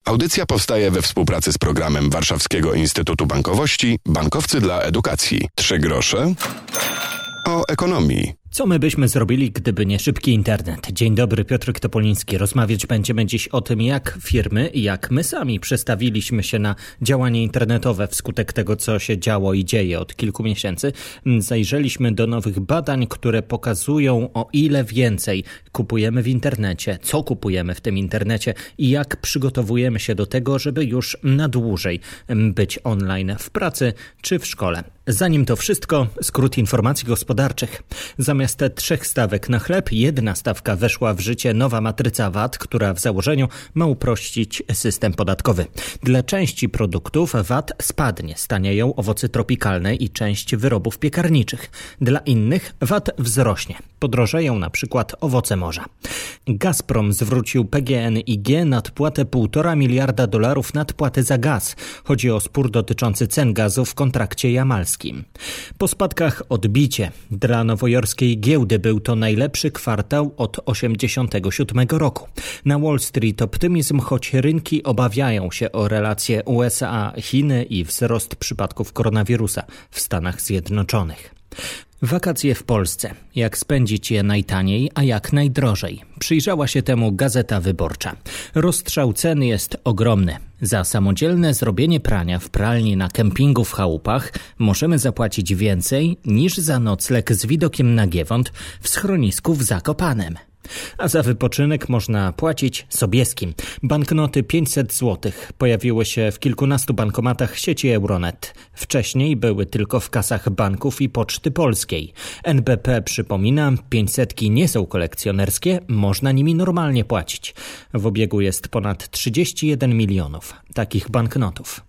Audycja powstaje we współpracy z programem Warszawskiego Instytutu Bankowości Bankowcy dla Edukacji. 3 grosze o ekonomii. Co my byśmy zrobili, gdyby nie szybki internet? Dzień dobry, Piotr Topoliński. Rozmawiać będziemy dziś o tym, jak firmy, jak my sami przestawiliśmy się na działanie internetowe wskutek tego, co się działo i dzieje od kilku miesięcy. Zajrzeliśmy do nowych badań, które pokazują, o ile więcej kupujemy w internecie, co kupujemy w tym internecie i jak przygotowujemy się do tego, żeby już na dłużej być online w pracy czy w szkole. Zanim to wszystko, skrót informacji gospodarczych. Zamiast 3 stawek na chleb, 1 stawka weszła w życie nowa matryca VAT, która w założeniu ma uprościć system podatkowy. Dla części produktów VAT spadnie, stanieją owoce tropikalne i część wyrobów piekarniczych. Dla innych VAT wzrośnie, podrożeją na przykład owoce morza. Gazprom zwrócił PGNiG nadpłatę $1,5 miliarda nadpłaty za gaz. Chodzi o spór dotyczący cen gazu w kontrakcie jamalskim. Po spadkach odbicie. Dla nowojorskiej giełdy był to najlepszy kwartał od 1987 roku. Na Wall Street optymizm, choć rynki obawiają się o relacje USA-Chiny i wzrost przypadków koronawirusa w Stanach Zjednoczonych. Wakacje w Polsce. Jak spędzić je najtaniej, a jak najdrożej? Przyjrzała się temu Gazeta Wyborcza. Rozstrzał cen jest ogromny. Za samodzielne zrobienie prania w pralni na kempingu w chałupach możemy zapłacić więcej niż za nocleg z widokiem na Giewont w schronisku w Zakopanem. A za wypoczynek można płacić Sobieskim. Banknoty 500 zł pojawiły się w kilkunastu bankomatach sieci Euronet. Wcześniej były tylko w kasach banków i Poczty Polskiej. NBP przypomina, 500 nie są kolekcjonerskie, można nimi normalnie płacić. W obiegu jest ponad 31 milionów takich banknotów.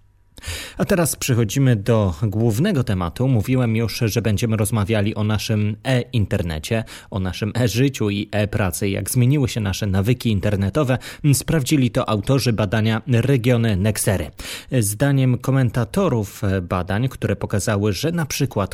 A teraz przechodzimy do głównego tematu. Mówiłem już, że będziemy rozmawiali o naszym e-internecie, o naszym e-życiu i e-pracy, jak zmieniły się nasze nawyki internetowe. Sprawdzili to autorzy badania Regiony Nexery. Zdaniem komentatorów badań, które pokazały, że na przykład o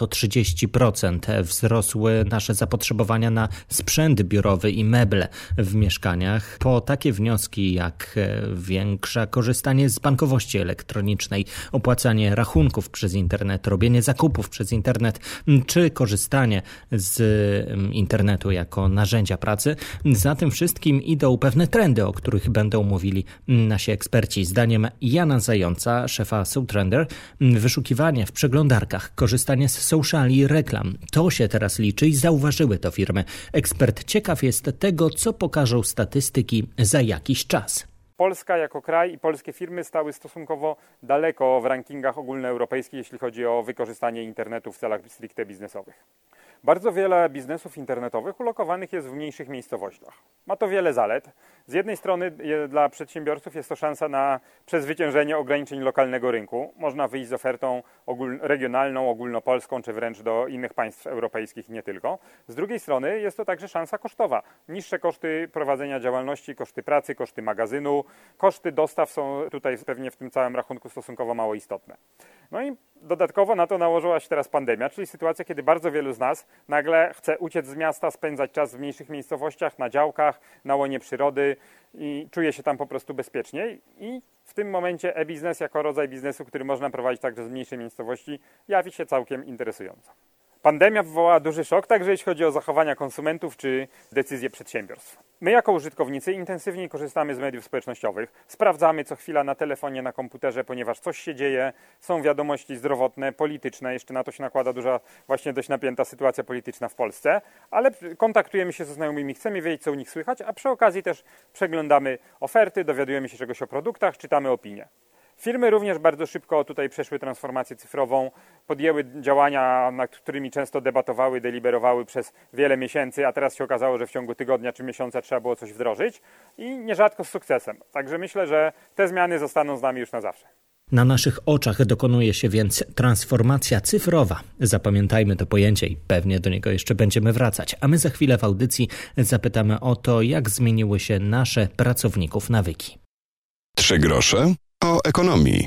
30% wzrosły nasze zapotrzebowania na sprzęt biurowy i meble w mieszkaniach, po takie wnioski jak większe korzystanie z bankowości elektronicznej, opłacanie rachunków przez internet, robienie zakupów przez internet, czy korzystanie z internetu jako narzędzia pracy. Za tym wszystkim idą pewne trendy, o których będą mówili nasi eksperci. Zdaniem Jana Zająca, szefa Soutrender, wyszukiwanie w przeglądarkach, korzystanie z sociali i reklam, to się teraz liczy i zauważyły to firmy. Ekspert ciekaw jest tego, co pokażą statystyki za jakiś czas. Polska jako kraj i polskie firmy stały stosunkowo daleko w rankingach ogólnoeuropejskich, jeśli chodzi o wykorzystanie internetu w celach stricte biznesowych. Bardzo wiele biznesów internetowych ulokowanych jest w mniejszych miejscowościach. Ma to wiele zalet. Z jednej strony dla przedsiębiorców jest to szansa na przezwyciężenie ograniczeń lokalnego rynku. Można wyjść z ofertą regionalną, ogólnopolską, czy wręcz do innych państw europejskich, nie tylko. Z drugiej strony jest to także szansa kosztowa. Niższe koszty prowadzenia działalności, koszty pracy, koszty magazynu, koszty dostaw są tutaj pewnie w tym całym rachunku stosunkowo mało istotne. No i dodatkowo na to nałożyła się teraz pandemia, czyli sytuacja, kiedy bardzo wielu z nas nagle chce uciec z miasta, spędzać czas w mniejszych miejscowościach, na działkach, na łonie przyrody i czuje się tam po prostu bezpieczniej. I w tym momencie e-biznes jako rodzaj biznesu, który można prowadzić także z mniejszej miejscowości, jawi się całkiem interesująco. Pandemia wywołała duży szok, także jeśli chodzi o zachowania konsumentów czy decyzje przedsiębiorstw. My jako użytkownicy intensywniej korzystamy z mediów społecznościowych, sprawdzamy co chwila na telefonie, na komputerze, ponieważ coś się dzieje, są wiadomości zdrowotne, polityczne, jeszcze na to się nakłada duża, właśnie dość napięta sytuacja polityczna w Polsce, ale kontaktujemy się ze znajomymi, chcemy wiedzieć co u nich słychać, a przy okazji też przeglądamy oferty, dowiadujemy się czegoś o produktach, czytamy opinie. Firmy również bardzo szybko tutaj przeszły transformację cyfrową, podjęły działania, nad którymi często debatowały, deliberowały przez wiele miesięcy, a teraz się okazało, że w ciągu tygodnia czy miesiąca trzeba było coś wdrożyć i nierzadko z sukcesem. Także myślę, że te zmiany zostaną z nami już na zawsze. Na naszych oczach dokonuje się więc transformacja cyfrowa. Zapamiętajmy to pojęcie i pewnie do niego jeszcze będziemy wracać. A my za chwilę w audycji zapytamy o to, jak zmieniły się nasze pracowników nawyki. 3 grosze o ekonomii.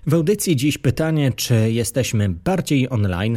W audycji dziś pytanie, czy jesteśmy bardziej online.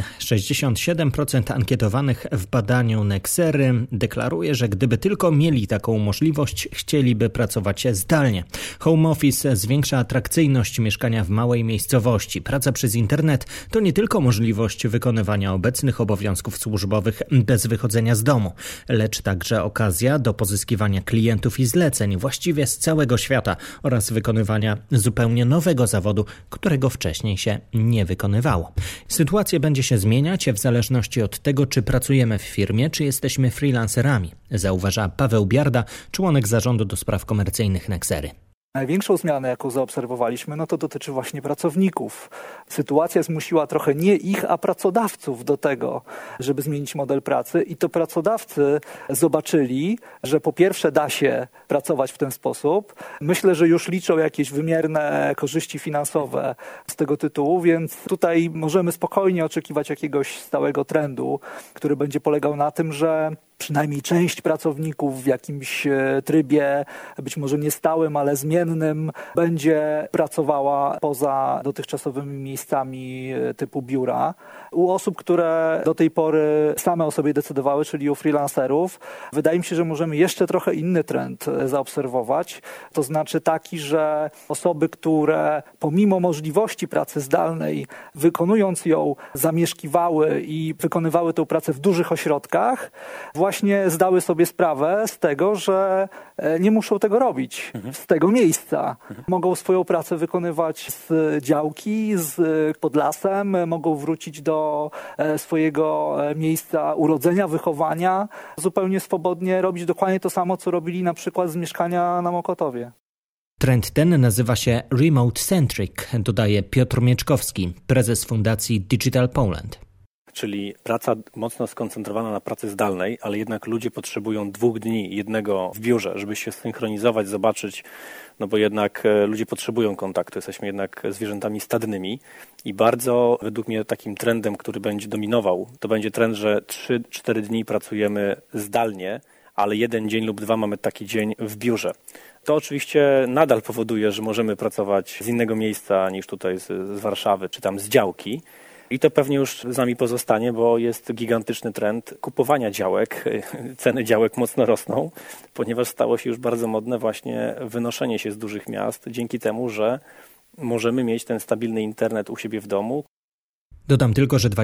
67% ankietowanych w badaniu Nexery deklaruje, że gdyby tylko mieli taką możliwość, chcieliby pracować zdalnie. Home office zwiększa atrakcyjność mieszkania w małej miejscowości. Praca przez internet to nie tylko możliwość wykonywania obecnych obowiązków służbowych bez wychodzenia z domu, lecz także okazja do pozyskiwania klientów i zleceń właściwie z całego świata oraz wykonywania zupełnie nowego zawodu, którego wcześniej się nie wykonywało. Sytuacja będzie się zmieniać w zależności od tego, czy pracujemy w firmie, czy jesteśmy freelancerami, zauważa Paweł Biarda, członek zarządu do spraw komercyjnych Nexery. Największą zmianę, jaką zaobserwowaliśmy, to dotyczy właśnie pracowników. Sytuacja zmusiła trochę nie ich, a pracodawców do tego, żeby zmienić model pracy i to pracodawcy zobaczyli, że po pierwsze da się pracować w ten sposób. Myślę, że już liczą jakieś wymierne korzyści finansowe z tego tytułu, więc tutaj możemy spokojnie oczekiwać jakiegoś stałego trendu, który będzie polegał na tym, że przynajmniej część pracowników w jakimś trybie, być może nie stałym, ale zmiennym, będzie pracowała poza dotychczasowymi miejscami typu biura. U osób, które do tej pory same o sobie decydowały, czyli u freelancerów, wydaje mi się, że możemy jeszcze trochę inny trend zaobserwować. To znaczy taki, że osoby, które pomimo możliwości pracy zdalnej, wykonując ją, zamieszkiwały i wykonywały tę pracę w dużych ośrodkach, właśnie zdały sobie sprawę z tego, że nie muszą tego robić z tego miejsca. Mogą swoją pracę wykonywać z działki, pod lasem, mogą wrócić do swojego miejsca urodzenia, wychowania, zupełnie swobodnie robić dokładnie to samo, co robili na przykład z mieszkania na Mokotowie. Trend ten nazywa się Remote Centric, dodaje Piotr Mieczkowski, prezes fundacji Digital Poland. Czyli praca mocno skoncentrowana na pracy zdalnej, ale jednak ludzie potrzebują 2 dni, jednego w biurze, żeby się synchronizować, zobaczyć, no bo jednak ludzie potrzebują kontaktu, jesteśmy jednak zwierzętami stadnymi i bardzo według mnie takim trendem, który będzie dominował, to będzie trend, że 3-4 dni pracujemy zdalnie, ale 1 dzień lub 2 mamy taki dzień w biurze. To oczywiście nadal powoduje, że możemy pracować z innego miejsca niż tutaj z Warszawy, czy tam z działki. I to pewnie już z nami pozostanie, bo jest gigantyczny trend kupowania działek. Ceny działek mocno rosną, ponieważ stało się już bardzo modne właśnie wynoszenie się z dużych miast dzięki temu, że możemy mieć ten stabilny internet u siebie w domu. Dodam tylko, że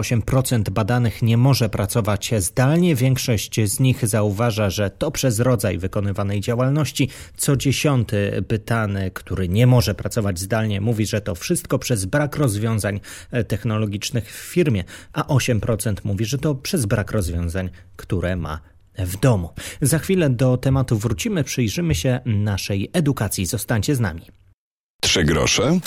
28% badanych nie może pracować zdalnie. Większość z nich zauważa, że to przez rodzaj wykonywanej działalności. Co 10 pytany, który nie może pracować zdalnie, mówi, że to wszystko przez brak rozwiązań technologicznych w firmie, a 8% mówi, że to przez brak rozwiązań, które ma w domu. Za chwilę do tematu wrócimy, przyjrzymy się naszej edukacji. Zostańcie z nami. 3 grosze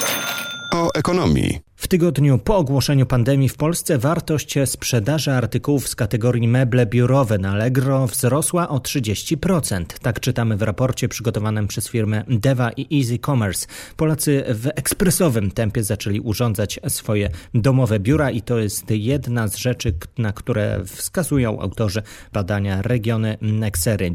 o ekonomii. W tygodniu po ogłoszeniu pandemii w Polsce wartość sprzedaży artykułów z kategorii meble biurowe na Allegro wzrosła o 30%. Tak czytamy w raporcie przygotowanym przez firmę Deva i Easy Commerce. Polacy w ekspresowym tempie zaczęli urządzać swoje domowe biura i to jest jedna z rzeczy, na które wskazują autorzy badania Regiony Nexery.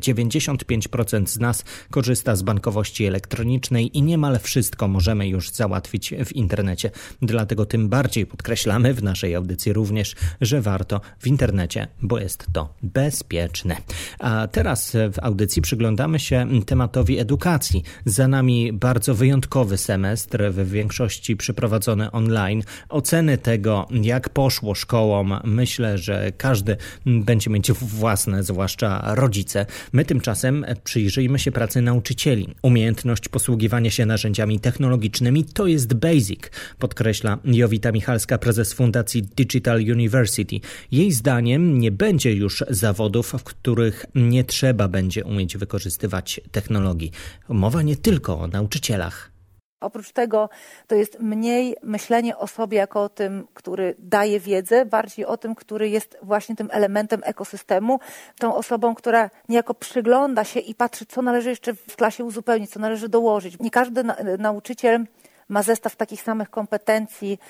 95% z nas korzysta z bankowości elektronicznej i niemal wszystko możemy już załatwić w internecie. Dlatego tym bardziej podkreślamy w naszej audycji również, że warto w internecie, bo jest to bezpieczne. A teraz w audycji przyglądamy się tematowi edukacji. Za nami bardzo wyjątkowy semestr, w większości przeprowadzony online. Oceny tego, jak poszło szkołom, myślę, że każdy będzie mieć własne, zwłaszcza rodzice. My tymczasem przyjrzyjmy się pracy nauczycieli. Umiejętność posługiwania się narzędziami technologicznymi to jest basic, podkreśla Jowita Michalska, prezes Fundacji Digital University. Jej zdaniem nie będzie już zawodów, w których nie trzeba będzie umieć wykorzystywać technologii. Mowa nie tylko o nauczycielach. Oprócz tego to jest mniej myślenie o sobie jako o tym, który daje wiedzę, bardziej o tym, który jest właśnie tym elementem ekosystemu, tą osobą, która niejako przygląda się i patrzy, co należy jeszcze w klasie uzupełnić, co należy dołożyć. Nie każdy nauczyciel ma zestaw takich samych kompetencji, na przykład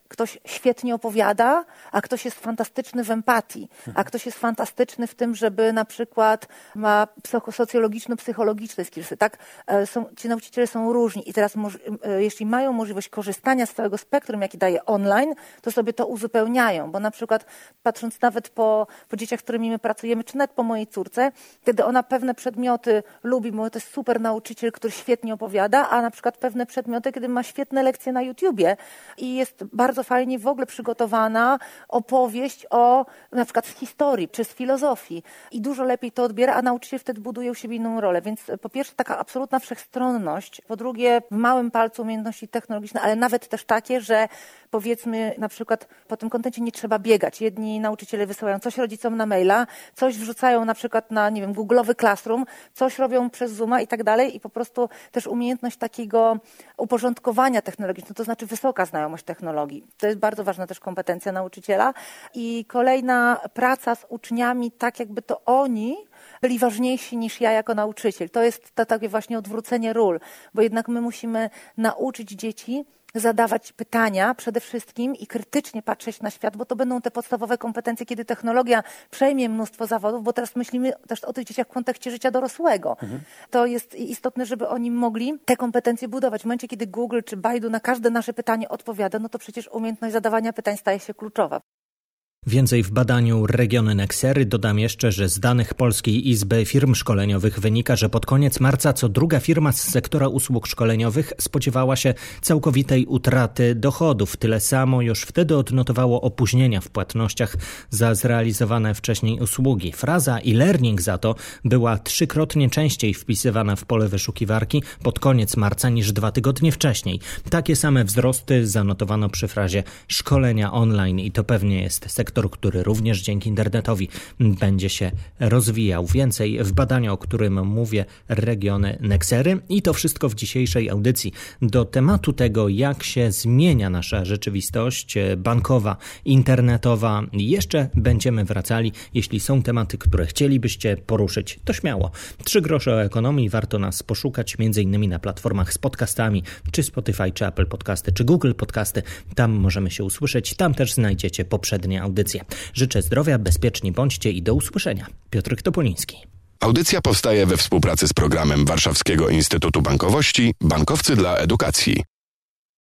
ktoś świetnie opowiada, a ktoś jest fantastyczny w empatii, a ktoś jest fantastyczny w tym, żeby na przykład ma socjologiczno-psychologiczne skillsy. Tak? Ci nauczyciele są różni i teraz jeśli mają możliwość korzystania z całego spektrum, jaki daje online, to sobie to uzupełniają, bo na przykład patrząc nawet po dzieciach, z którymi my pracujemy, czy nawet po mojej córce, kiedy ona pewne przedmioty lubi, bo to jest super nauczyciel, który świetnie opowiada, a na przykład pewne przedmioty, kiedy ma świetne lekcje na YouTubie i jest bardzo fajnie w ogóle przygotowana opowieść o na przykład z historii czy z filozofii i dużo lepiej to odbiera, a nauczyciel wtedy buduje u siebie inną rolę. Więc po pierwsze taka absolutna wszechstronność, po drugie w małym palcu umiejętności technologiczne, ale nawet też takie, że powiedzmy na przykład po tym kontencie nie trzeba biegać. Jedni nauczyciele wysyłają coś rodzicom na maila, coś wrzucają na przykład na, nie wiem, Google'owy Classroom, coś robią przez Zooma i tak dalej i po prostu też umiejętność takiego uporządkowania technologicznego, to znaczy wysoka znajomość technologii. To jest bardzo ważna też kompetencja nauczyciela. I kolejna praca z uczniami, tak jakby to oni byli ważniejsi niż ja jako nauczyciel. To jest to takie właśnie odwrócenie ról, bo jednak my musimy nauczyć dzieci zadawać pytania przede wszystkim i krytycznie patrzeć na świat, bo to będą te podstawowe kompetencje, kiedy technologia przejmie mnóstwo zawodów, bo teraz myślimy też o tych dzieciach w kontekście życia dorosłego. To jest istotne, żeby oni mogli te kompetencje budować. W momencie, kiedy Google czy Baidu na każde nasze pytanie odpowiada, no to przecież umiejętność zadawania pytań staje się kluczowa. Więcej w badaniu Regiony Nexery. Dodam jeszcze, że z danych Polskiej Izby Firm Szkoleniowych wynika, że pod koniec marca co druga firma z sektora usług szkoleniowych spodziewała się całkowitej utraty dochodów. Tyle samo już wtedy odnotowało opóźnienia w płatnościach za zrealizowane wcześniej usługi. Fraza e-learning za to była 3-krotnie częściej wpisywana w pole wyszukiwarki pod koniec marca niż 2 tygodnie wcześniej. Takie same wzrosty zanotowano przy frazie szkolenia online i to pewnie jest sektor, który również dzięki internetowi będzie się rozwijał. Więcej w badaniu, o którym mówię, Regiony Nexery. I to wszystko w dzisiejszej audycji. Do tematu tego, jak się zmienia nasza rzeczywistość bankowa, internetowa, jeszcze będziemy wracali. Jeśli są tematy, które chcielibyście poruszyć, to śmiało. 3 grosze o ekonomii. Warto nas poszukać m.in. na platformach z podcastami, czy Spotify, czy Apple Podcasty, czy Google Podcasty. Tam możemy się usłyszeć. Tam też znajdziecie poprzednie audycje. Życzę zdrowia, bezpieczni bądźcie i do usłyszenia. Piotr Topoliński. Audycja powstaje we współpracy z programem Warszawskiego Instytutu Bankowości Bankowcy dla Edukacji.